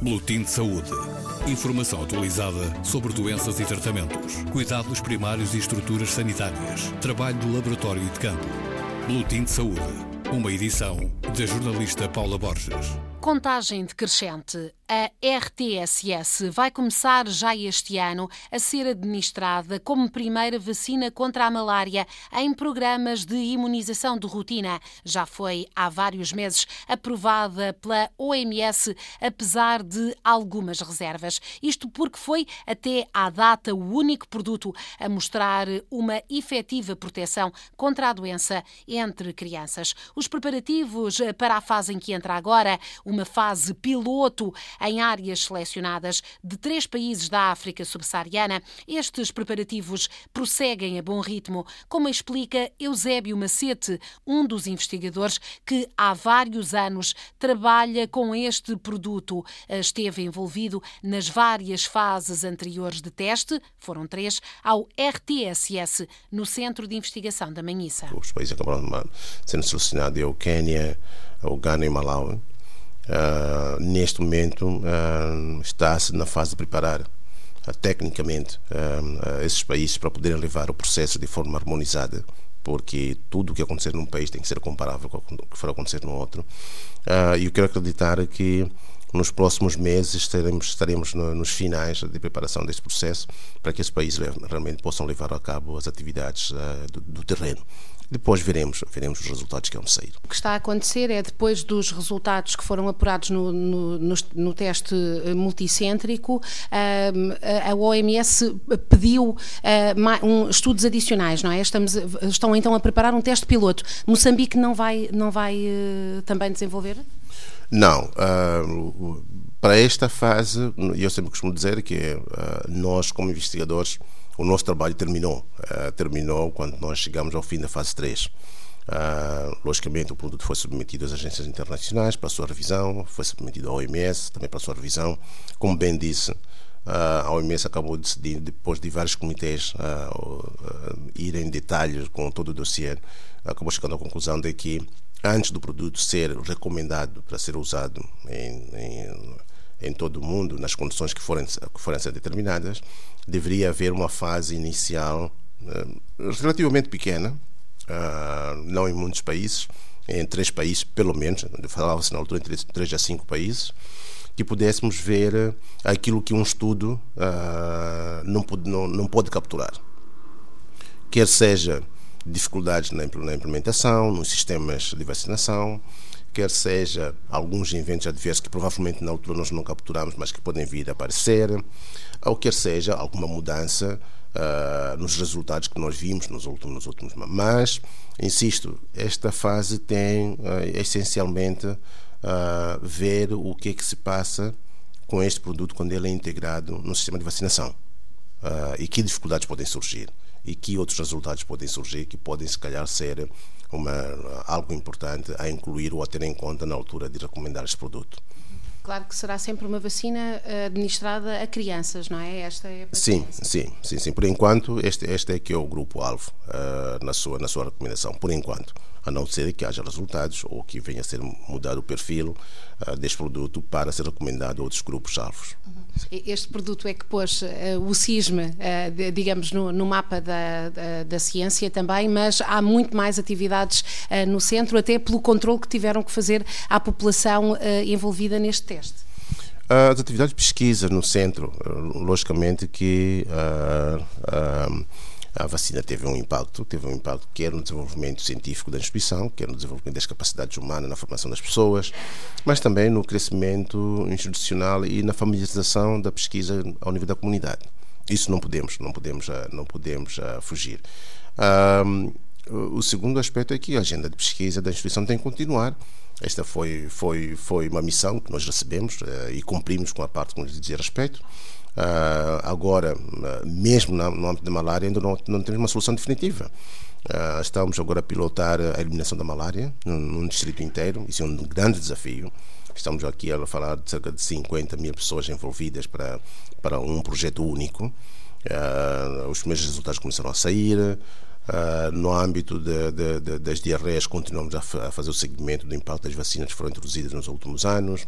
Boletim de Saúde. Informação atualizada sobre doenças e tratamentos, cuidados primários e estruturas sanitárias, trabalho de laboratório e de campo. Boletim de Saúde. Uma edição da jornalista Paula Borges. Contagem decrescente. A RTSS vai começar já este ano a ser administrada como primeira vacina contra a malária em programas de imunização de rotina. Já foi há vários meses aprovada pela OMS, apesar de algumas reservas. Isto porque foi até à data o único produto a mostrar uma efetiva proteção contra a doença entre crianças. Os preparativos para a fase em que entra agora, uma fase piloto em áreas selecionadas de 3 países da África subsaariana, estes preparativos prosseguem a bom ritmo, como explica Eusébio Macete, um dos investigadores que há vários anos trabalha com este produto. Esteve envolvido nas várias fases anteriores de teste, foram 3, ao RTSS, no Centro de Investigação da Manhissa. Os países acabaram sendo selecionados, o Quênia, o Ghana e o Malawi. Neste momento está-se na fase de preparar tecnicamente esses países para poderem levar o processo de forma harmonizada, porque tudo o que acontecer num país tem que ser comparável com o que for acontecer no outro. E eu quero acreditar que nos próximos meses estaremos nos finais de preparação deste processo para que esses países realmente possam levar a cabo as atividades do terreno. Depois veremos os resultados que vão sair. O que está a acontecer é, depois dos resultados que foram apurados no teste multicêntrico, a OMS pediu estudos adicionais, não é? Estão então a preparar um teste piloto. Moçambique não vai também desenvolver? Não. Para esta fase, eu sempre costumo dizer que nós, como investigadores, o nosso trabalho terminou quando nós chegamos ao fim da fase 3. Logicamente, o produto foi submetido às agências internacionais para a sua revisão, foi submetido à OMS também para a sua revisão. Como bem disse, a OMS acabou decidindo, depois de vários comitês irem em detalhes com todo o dossiê, acabou chegando à conclusão de que, antes do produto ser recomendado para ser usado em todo o mundo, nas condições que forem a ser determinadas, deveria haver uma fase inicial relativamente pequena, não em muitos países, em 3 países, pelo menos, falava-se na altura entre 3 a 5 países, que pudéssemos ver aquilo que um estudo não pode capturar. Quer seja dificuldades na implementação, nos sistemas de vacinação, quer seja alguns eventos adversos que provavelmente na altura nós não capturamos, mas que podem vir a aparecer, ou quer seja alguma mudança nos resultados que nós vimos nos últimos. Mas, insisto, esta fase tem essencialmente ver o que é que se passa com este produto quando ele é integrado no sistema de vacinação e que dificuldades podem surgir e que outros resultados podem surgir que podem, se calhar, ser algo importante a incluir ou a ter em conta na altura de recomendar este produto. Claro que será sempre uma vacina administrada a crianças, não é? Esta é a Sim. Por enquanto, este é que é o grupo-alvo na sua recomendação. Por enquanto, a não ser que haja resultados ou que venha a ser mudado o perfil deste produto para ser recomendado a outros grupos-alvos. Este produto é que pôs o CISM, digamos, no mapa da ciência também, mas há muito mais atividades no centro, até pelo controle que tiveram que fazer à população envolvida neste teste. As atividades de pesquisa no centro, logicamente que a vacina teve um impacto quer no desenvolvimento científico da instituição, quer no desenvolvimento das capacidades humanas, na formação das pessoas, mas também no crescimento institucional e na familiarização da pesquisa ao nível da comunidade. Isso não podemos fugir. O segundo aspecto é que a agenda de pesquisa da instituição tem que continuar. Esta foi uma missão que nós recebemos e cumprimos com a parte que nos dizia respeito. Agora, mesmo no âmbito da malária, ainda não temos uma solução definitiva. Estamos agora a pilotar a eliminação da malária num distrito inteiro. Isso é um grande desafio. Estamos aqui a falar de cerca de 50 mil pessoas envolvidas para um projeto único. Os primeiros resultados começaram a sair. No âmbito das diarreias, continuamos a fazer o seguimento do impacto das vacinas que foram introduzidas nos últimos anos.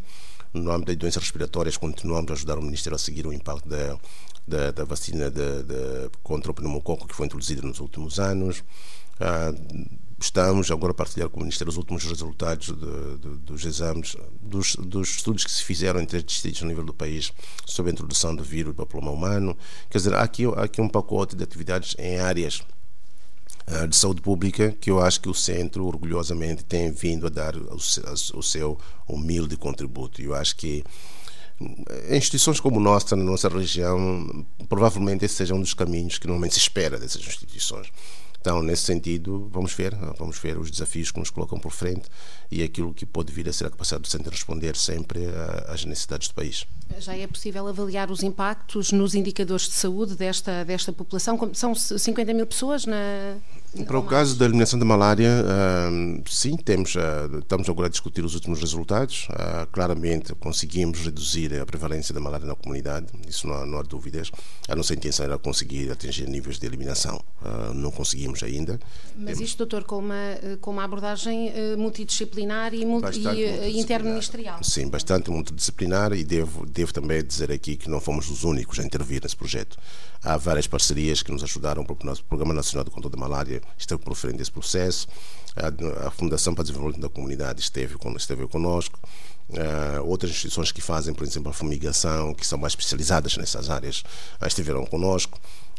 No âmbito das doenças respiratórias, continuamos a ajudar o Ministério a seguir o impacto da vacina contra o pneumococo que foi introduzida nos últimos anos. Estamos agora a partilhar com o Ministério os últimos resultados dos exames, dos estudos que se fizeram em 3 distritos no nível do país sobre a introdução do vírus do papiloma humano. Quer dizer, há aqui um pacote de atividades em áreas de saúde pública que eu acho que o Centro orgulhosamente tem vindo a dar o seu humilde contributo. Eu acho que em instituições como nossa, na nossa região, provavelmente esse seja um dos caminhos que normalmente se espera dessas instituições. Então, nesse sentido, vamos ver os desafios que nos colocam por frente e aquilo que pode vir a ser a capacidade do Centro de responder sempre às necessidades do país. Já é possível avaliar os impactos nos indicadores de saúde desta população? São 50 mil pessoas Para o caso da eliminação da malária, sim, estamos agora a discutir os últimos resultados. Claramente conseguimos reduzir a prevalência da malária na comunidade, isso não há dúvidas. A nossa intenção era conseguir atingir níveis de eliminação. Não conseguimos ainda. Mas isto, doutor, com uma abordagem multidisciplinar e interministerial. Sim, bastante multidisciplinar, e devo também dizer aqui que não fomos os únicos a intervir nesse projeto. Há várias parcerias que nos ajudaram. O nosso Programa Nacional de Controle da Malária esteve por frente desse processo. A Fundação para o Desenvolvimento da Comunidade esteve conosco. Outras instituições que fazem, por exemplo, a fumigação, que são mais especializadas nessas áreas, estiveram conosco.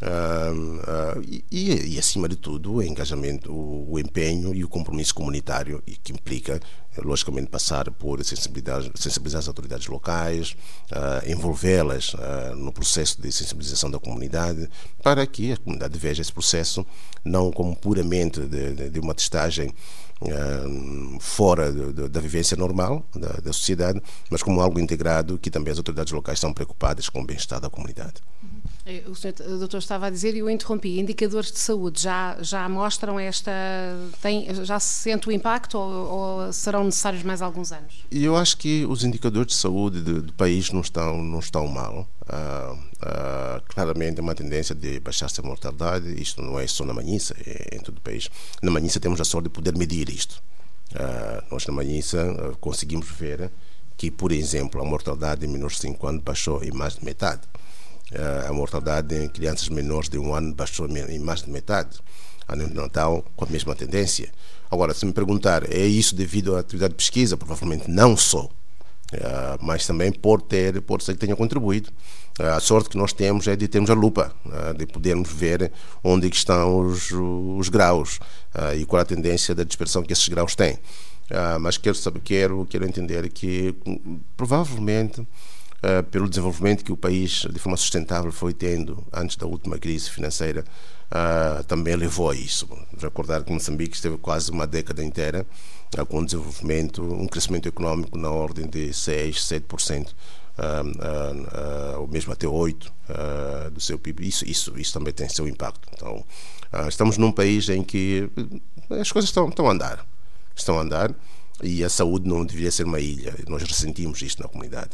E acima de tudo, o engajamento, o empenho e o compromisso comunitário, e que implica, logicamente, passar por sensibilizar as autoridades locais, envolvê-las no processo de sensibilização da comunidade, para que a comunidade veja esse processo não como puramente de uma testagem fora da vivência normal da sociedade, mas como algo integrado, que também as autoridades locais estão preocupadas com o bem-estar da comunidade. O doutor estava a dizer, e eu interrompi, indicadores de saúde já mostram já se sente o impacto, ou serão necessários mais alguns anos? Eu acho que os indicadores de saúde do país não estão mal. Claramente é uma tendência de baixar-se a mortalidade. Isto não é só na Manhissa, é em todo o país. Na Manhissa temos a sorte de poder medir isto. Nós na Manhissa conseguimos ver que, por exemplo, a mortalidade em menores de 5 anos baixou em mais de metade. A mortalidade em crianças menores de 1 ano baixou em mais de metade. A neonatal com a mesma tendência. Agora, se me perguntar, é isso devido à atividade de pesquisa? Provavelmente não só. Mas também pode ser que tenha contribuído. A sorte que nós temos é de termos a lupa, de podermos ver onde estão os graus e qual a tendência da dispersão que esses graus têm. Mas quero entender que provavelmente, pelo desenvolvimento que o país de forma sustentável foi tendo antes da última crise financeira, também levou a isso. Vamos recordar que Moçambique esteve quase uma década inteira com um crescimento económico na ordem de 6%, 7%, ou mesmo até 8% do seu PIB. Isso também tem seu impacto. Então, estamos num país em que as coisas estão a andar, e a saúde não deveria ser uma ilha. Nós ressentimos isto na comunidade.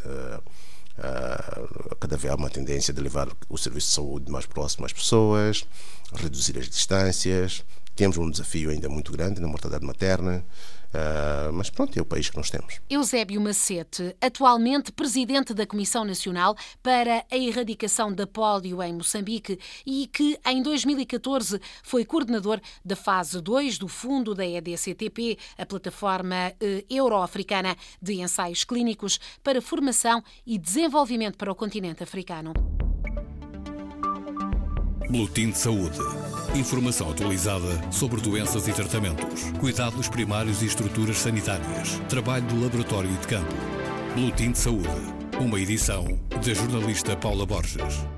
Cada vez há uma tendência de levar o serviço de saúde mais próximo às pessoas, reduzir as distâncias. Temos um desafio ainda muito grande na mortalidade materna, mas pronto, é o país que nós temos. Eusébio Macete, atualmente presidente da Comissão Nacional para a Erradicação da Pólio em Moçambique, e que em 2014 foi coordenador da fase 2 do fundo da EDCTP, a plataforma euro-africana de ensaios clínicos para formação e desenvolvimento para o continente africano. Boletim de Saúde. Informação atualizada sobre doenças e tratamentos, cuidados primários e estruturas sanitárias, trabalho do laboratório e de campo. Boletim de Saúde. Uma edição da jornalista Paula Borges.